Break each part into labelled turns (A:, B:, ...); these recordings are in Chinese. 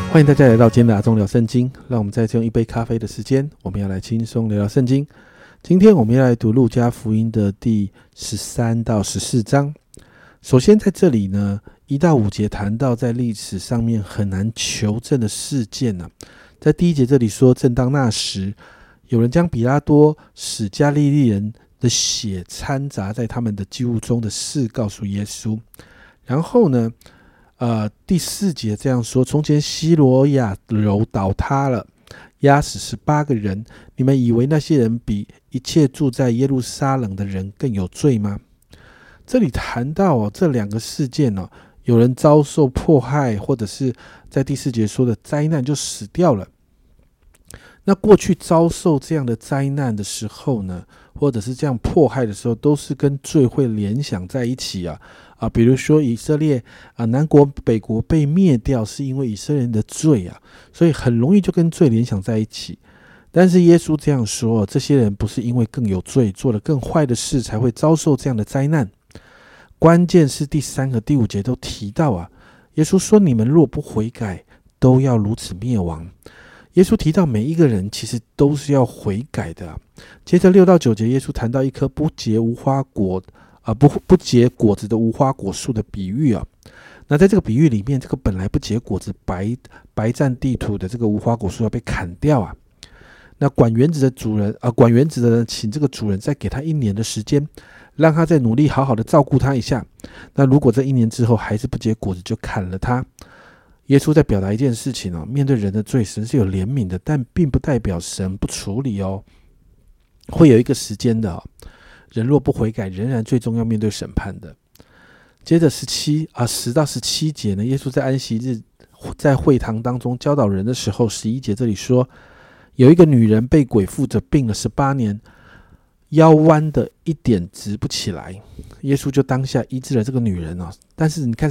A: 欢迎大家来到今天的阿忠聊圣经，让我们再次用一杯咖啡的时间，我们要来轻松聊聊圣经。今天我们要来读路加福音的第13到14章。首先在这里呢，1到5节谈到在历史上面很难求证的事件在第1节这里说，正当那时，有人将比拉多使加利利人的血掺杂在他们的祭物中的事告诉耶稣。然后呢第4节这样说，从前西罗亚楼倒塌了，压死18个人，你们以为那些人比一切住在耶路撒冷的人更有罪吗？这里谈到这两个事件有人遭受迫害，或者是在第4节说的灾难就死掉了。那过去遭受这样的灾难的时候呢，或者是这样迫害的时候，都是跟罪会联想在一起比如说以色列南国北国被灭掉，是因为以色列人的罪所以很容易就跟罪联想在一起。但是耶稣这样说，这些人不是因为更有罪，做了更坏的事才会遭受这样的灾难。关键是第3和第5节都提到耶稣说，你们若不悔改，都要如此灭亡。耶稣提到每一个人其实都是要悔改的接着6到9节，耶稣谈到一棵不结无花果不结果子的无花果树的比喻那在这个比喻里面，这个本来不结果子白占地土的这个无花果树要被砍掉那管园子的人请这个主人再给他1年的时间，让他再努力好好的照顾他一下。那如果这1年之后还是不结果子，就砍了他。耶稣在表达一件事情面对人的罪，神是有怜悯的，但并不代表神不处理会有一个时间的人若不悔改，仍然最终要面对审判的。接着10到17节呢，耶稣在安息日在会堂当中教导人的时候，11节这里说，有一个女人被鬼附着，病了18年，腰弯的一点直不起来，耶稣就当下医治了这个女人但是你看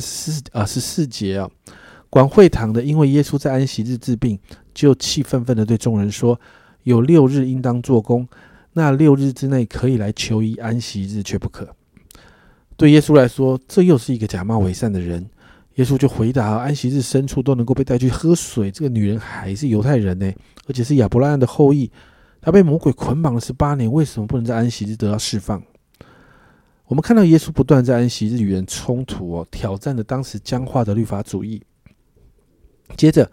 A: 14节管会堂的因为耶稣在安息日治病，就气愤愤地对众人说，有6日应当做工，那6日之内可以来求医，安息日却不可。对耶稣来说，这又是一个假冒为善的人。耶稣就回答，安息日牲畜都能够被带去喝水，这个女人还是犹太人而且是亚伯拉罕的后裔，她被魔鬼捆绑了18年，为什么不能在安息日得到释放？我们看到耶稣不断在安息日与人冲突挑战了当时僵化的律法主义。接着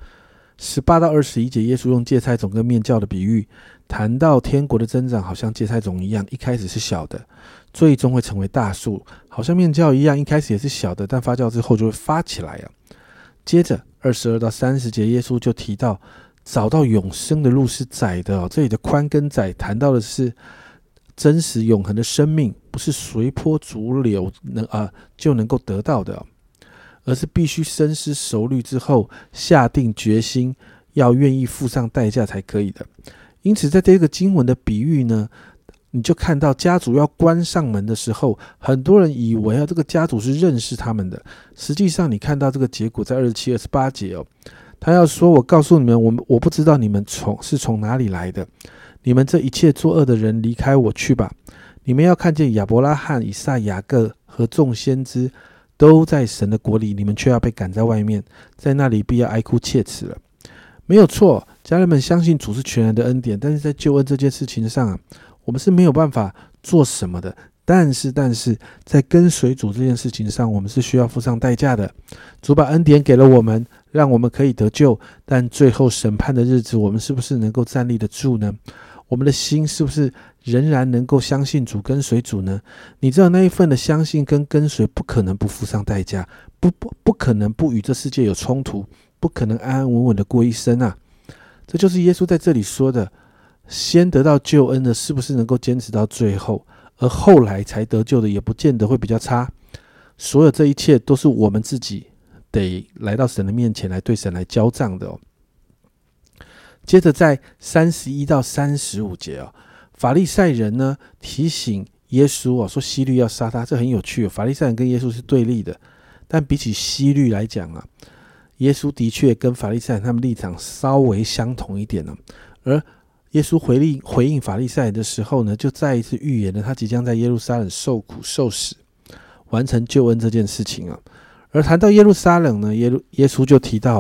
A: 18到21节，耶稣用芥菜种跟面酵的比喻，谈到天国的增长好像芥菜种一样，一开始是小的，最终会成为大树，好像面酵一样，一开始也是小的，但发酵之后就会发起来接着22到30节，耶稣就提到找到永生的路是窄的这里的宽跟窄谈到的是真实永恒的生命，不是随波逐流就能够得到的而是必须深思熟虑之后下定决心，要愿意付上代价才可以的。因此在这个经文的比喻呢，你就看到家主要关上门的时候，很多人以为这个家主是认识他们的，实际上你看到这个结果在27、28节他要说，我告诉你们，我不知道你们是从哪里来的，你们这一切作恶的人离开我去吧。你们要看见亚伯拉罕、以撒、雅各和众先知都在神的国里，你们却要被赶在外面，在那里必要哀哭切齿了。没有错，家人们相信主是全然的恩典，但是在救恩这件事情上我们是没有办法做什么的。但是在跟随主这件事情上，我们是需要付上代价的。主把恩典给了我们，让我们可以得救，但最后审判的日子，我们是不是能够站立得住呢？我们的心是不是仍然能够相信主、跟随主呢？你知道那一份的相信跟随不可能不付上代价，不可能不与这世界有冲突，不可能安安稳稳的过一生这就是耶稣在这里说的，先得到救恩的是不是能够坚持到最后，而后来才得救的也不见得会比较差。所有这一切都是我们自己得来到神的面前来对神来交账的接着在31到35节法利赛人呢提醒耶稣说希律要杀他，这很有趣法利赛人跟耶稣是对立的，但比起希律来讲耶稣的确跟法利赛人他们立场稍微相同一点而耶稣回应法利赛人的时候呢，就再一次预言了他即将在耶路撒冷受苦受死，完成救恩这件事情而谈到耶路撒冷呢，耶稣就提到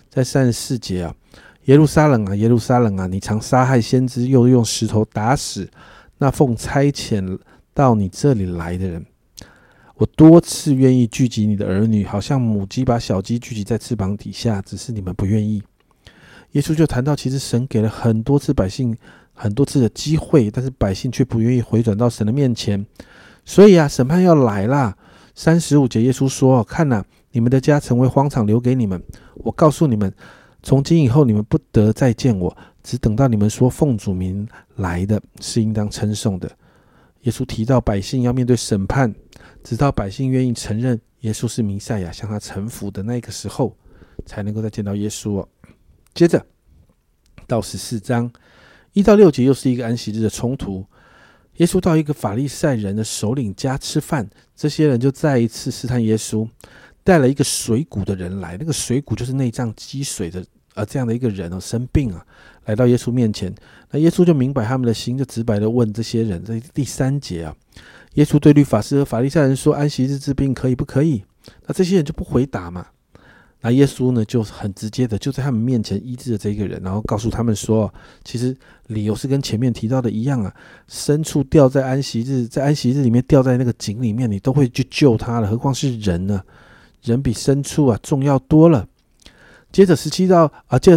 A: 在34节啊，耶路撒冷啊，耶路撒冷啊，你常杀害先知，又用石头打死那奉差遣到你这里来的人。我多次愿意聚集你的儿女，好像母鸡把小鸡聚集在翅膀底下，只是你们不愿意。耶稣就谈到，其实神给了很多次百姓很多次的机会，但是百姓却不愿意回转到神的面前。所以啊，审判要来啦。35节耶稣说，看啊，你们的家成为荒场，留给你们。我告诉你们，从今以后你们不得再见我，只等到你们说奉主名来的是应当称颂的。耶稣提到百姓要面对审判，直到百姓愿意承认耶稣是弥赛亚，向他臣服的那个时候，才能够再见到耶稣。接着到14章1到6节，又是一个安息日的冲突。耶稣到一个法利赛人的首领家吃饭，这些人就再一次试探耶稣，带了一个水谷的人来，那个水谷就是内脏积水的这样的一个人生病来到耶稣面前。那耶稣就明白他们的心，就直白的问这些人。在第3节耶稣对律法师和法利赛人说，安息日治病可以不可以？那这些人就不回答嘛。那耶稣呢，就很直接的就在他们面前医治了这个人，然后告诉他们说，其实理由是跟前面提到的一样牲畜掉在安息日，在安息日里面掉在那个井里面，你都会去救他了，何况是人呢？人比牲畜重要多了。接着7到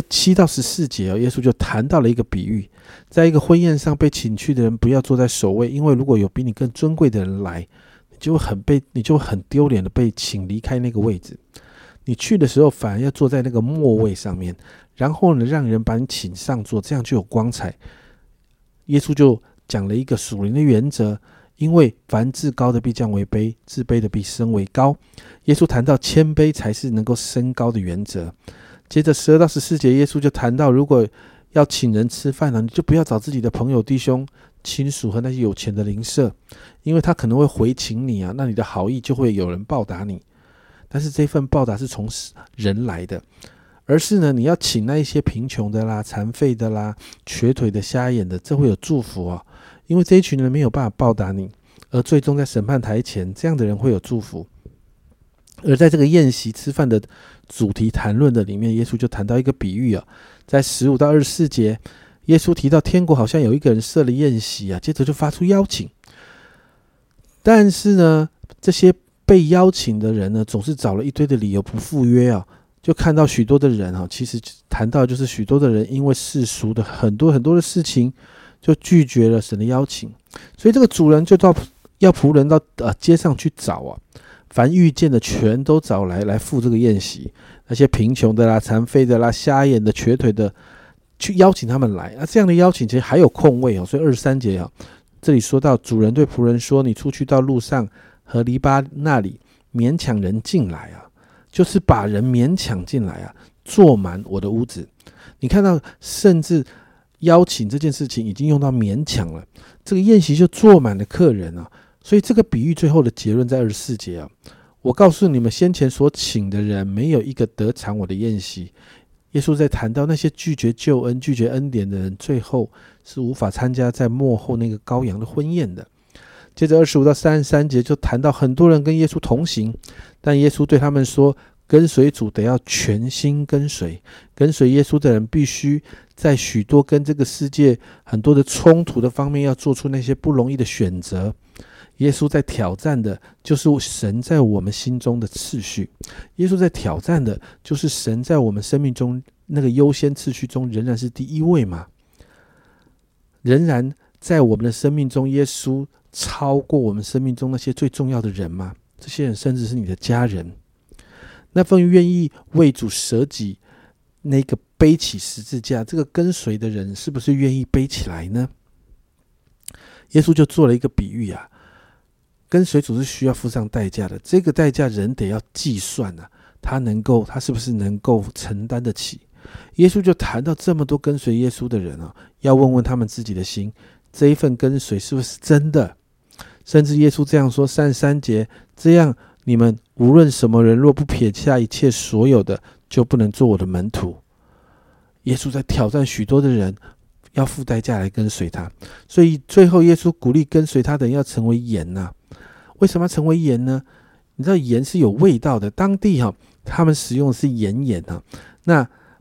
A: 14节耶稣就谈到了一个比喻，在一个婚宴上被请去的人不要坐在首位，因为如果有比你更尊贵的人来，你就会很丢脸的被请离开那个位置。你去的时候反而要坐在那个末位上面，然后呢，让人把你请上座，这样就有光彩。耶稣就讲了一个属灵的原则，因为凡自高的必降为卑，自卑的必升为高。耶稣谈到谦卑才是能够升高的原则。接着12到14节，耶稣就谈到，如果要请人吃饭你就不要找自己的朋友、弟兄、亲属和那些有钱的邻舍，因为他可能会回请你那你的好意就会有人报答你。但是这份报答是从人来的，而是呢，你要请那一些贫穷的啦、残废的啦、瘸腿的、瞎眼的，这会有祝福因为这一群人没有办法报答你，而最终在审判台前，这样的人会有祝福。而在这个宴席吃饭的主题谈论的里面，耶稣就谈到一个比喻在15到24节，耶稣提到天国好像有一个人设了宴席接着就发出邀请，但是呢，这些被邀请的人呢，总是找了一堆的理由不赴约就看到许多的人其实谈到就是许多的人因为世俗的很多的事情，就拒绝了神的邀请。所以这个主人就要仆人到街上去找凡遇见的全都找来赴这个宴席，那些贫穷的啦、残废的啦、瞎眼的、瘸腿的，去邀请他们来。这样的邀请其实还有空位所以23节这里说到，主人对仆人说，你出去到路上和篱笆那里，勉强人进来就是把人勉强进来坐满我的屋子。你看到，甚至邀请这件事情已经用到勉强了，这个宴席就坐满了客人所以这个比喻最后的结论在24节我告诉你们，先前所请的人没有一个得尝我的宴席。耶稣在谈到那些拒绝救恩、拒绝恩典的人，最后是无法参加在末后那个羔羊的婚宴的。接着25到33节就谈到很多人跟耶稣同行，但耶稣对他们说，跟随主得要全心跟随。跟随耶稣的人必须在许多跟这个世界很多的冲突的方面要做出那些不容易的选择。耶稣在挑战的就是神在我们心中的次序，耶稣在挑战的就是神在我们生命中那个优先次序中仍然是第一位吗？仍然在我们的生命中，耶稣超过我们生命中那些最重要的人吗？这些人甚至是你的家人。那份愿意为主舍己，那个背起十字架，这个跟随的人是不是愿意背起来呢？耶稣就做了一个比喻跟随主是需要付上代价的，这个代价人得要计算他是不是能够承担得起。耶稣就谈到这么多跟随耶稣的人要问问他们自己的心，这一份跟随是不是真的？甚至耶稣这样说，33节，这样你们无论什么人，若不撇下一切所有的，就不能做我的门徒。耶稣在挑战许多的人要付代价来跟随他，所以最后耶稣鼓励跟随他的人要成为盐为什么要成为盐呢？你知道盐是有味道的，当地他们使用的是盐那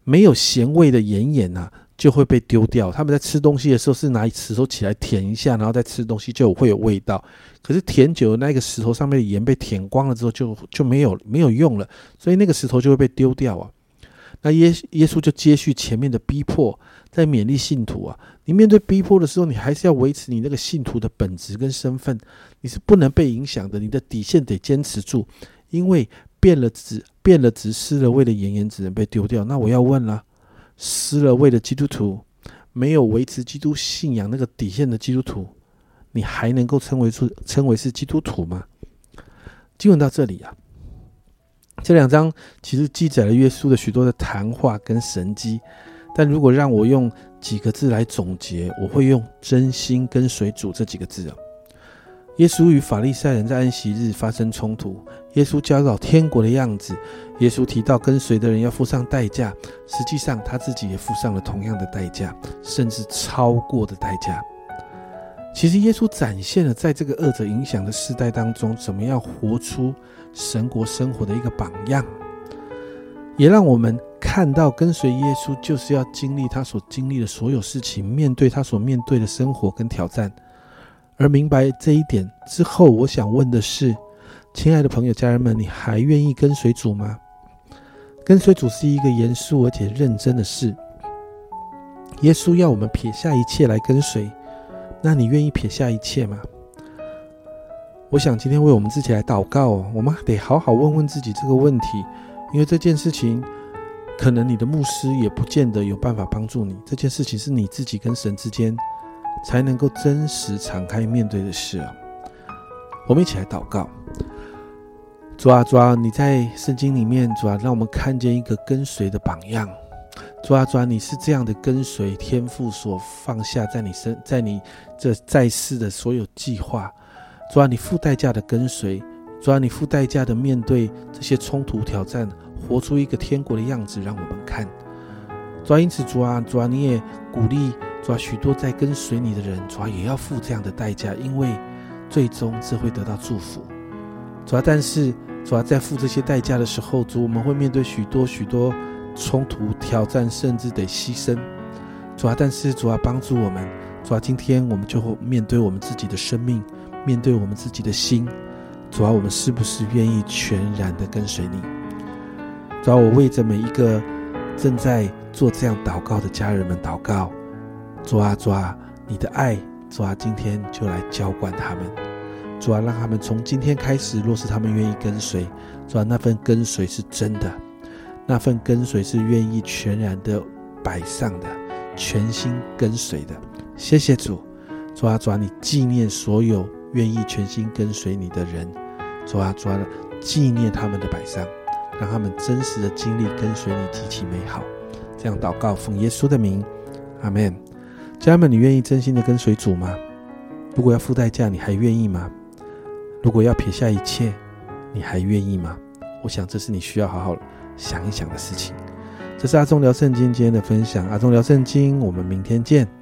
A: 没有咸味的盐盐啊，就会被丢掉。他们在吃东西的时候是拿石头起来舔一下，然后再吃东西就会有味道。可是舔久了，那个石头上面的盐被舔光了之后就没有用了，所以那个石头就会被丢掉啊。那耶稣就接续前面的逼迫，在勉励信徒啊，你面对逼迫的时候，你还是要维持你那个信徒的本质跟身份，你是不能被影响的，你的底线得坚持住，因为变了质失了味的盐盐只能被丢掉。那我要问了，失了味的基督徒，没有维持基督信仰那个底线的基督徒，你还能够称为是基督徒吗？经文到这里啊，这2章其实记载了耶稣的许多的谈话跟神迹，但如果让我用几个字来总结，我会用真心跟随主这几个字啊。耶稣与法利赛人在安息日发生冲突，耶稣教导天国的样子，耶稣提到跟随的人要付上代价，实际上他自己也付上了同样的代价，甚至超过的代价。其实耶稣展现了在这个恶者影响的世代当中，怎么样活出神国生活的一个榜样，也让我们看到跟随耶稣就是要经历他所经历的所有事情，面对他所面对的生活跟挑战。而明白这一点之后，我想问的是，亲爱的朋友家人们，你还愿意跟随主吗？跟随主是一个严肃而且认真的事，耶稣要我们撇下一切来跟随，那你愿意撇下一切吗？我想今天为我们自己来祷告我们得好好问问自己这个问题，因为这件事情可能你的牧师也不见得有办法帮助你，这件事情是你自己跟神之间才能够真实敞开面对的事啊。我们一起来祷告。主啊，你在圣经里面，主啊，让我们看见一个跟随的榜样。主啊，你是这样的跟随天父所放下在你这在世的所有计划。主啊，你付代价的跟随，主啊，你付代价的面对这些冲突挑战，活出一个天国的样子让我们看。主啊，因此主啊，你也鼓励主啊许多在跟随你的人，主啊也要付这样的代价，因为最终这会得到祝福。主啊，但是主啊在付这些代价的时候，主我们会面对许多冲突挑战，甚至得牺牲。主啊，但是主啊帮助我们，主啊今天我们就会面对我们自己的生命，面对我们自己的心，主啊我们是不是愿意全然的跟随你？主啊，我为着每一个正在做这样祷告的家人们祷告。主啊，你的爱，主啊今天就来浇灌他们。主啊，让他们从今天开始，若是他们愿意跟随，主啊那份跟随是真的，那份跟随是愿意全然的摆上的，全心跟随的。谢谢主。主啊，你纪念所有愿意全心跟随你的人。主啊，纪念他们的摆上，让他们真实的经历跟随你极其美好。这样祷告，奉耶稣的名，阿们。家人们，你愿意真心的跟随主吗？如果要付代价，你还愿意吗？如果要撇下一切，你还愿意吗？我想这是你需要好好想一想的事情。这是阿忠聊圣经今天的分享，阿忠聊圣经，我们明天见。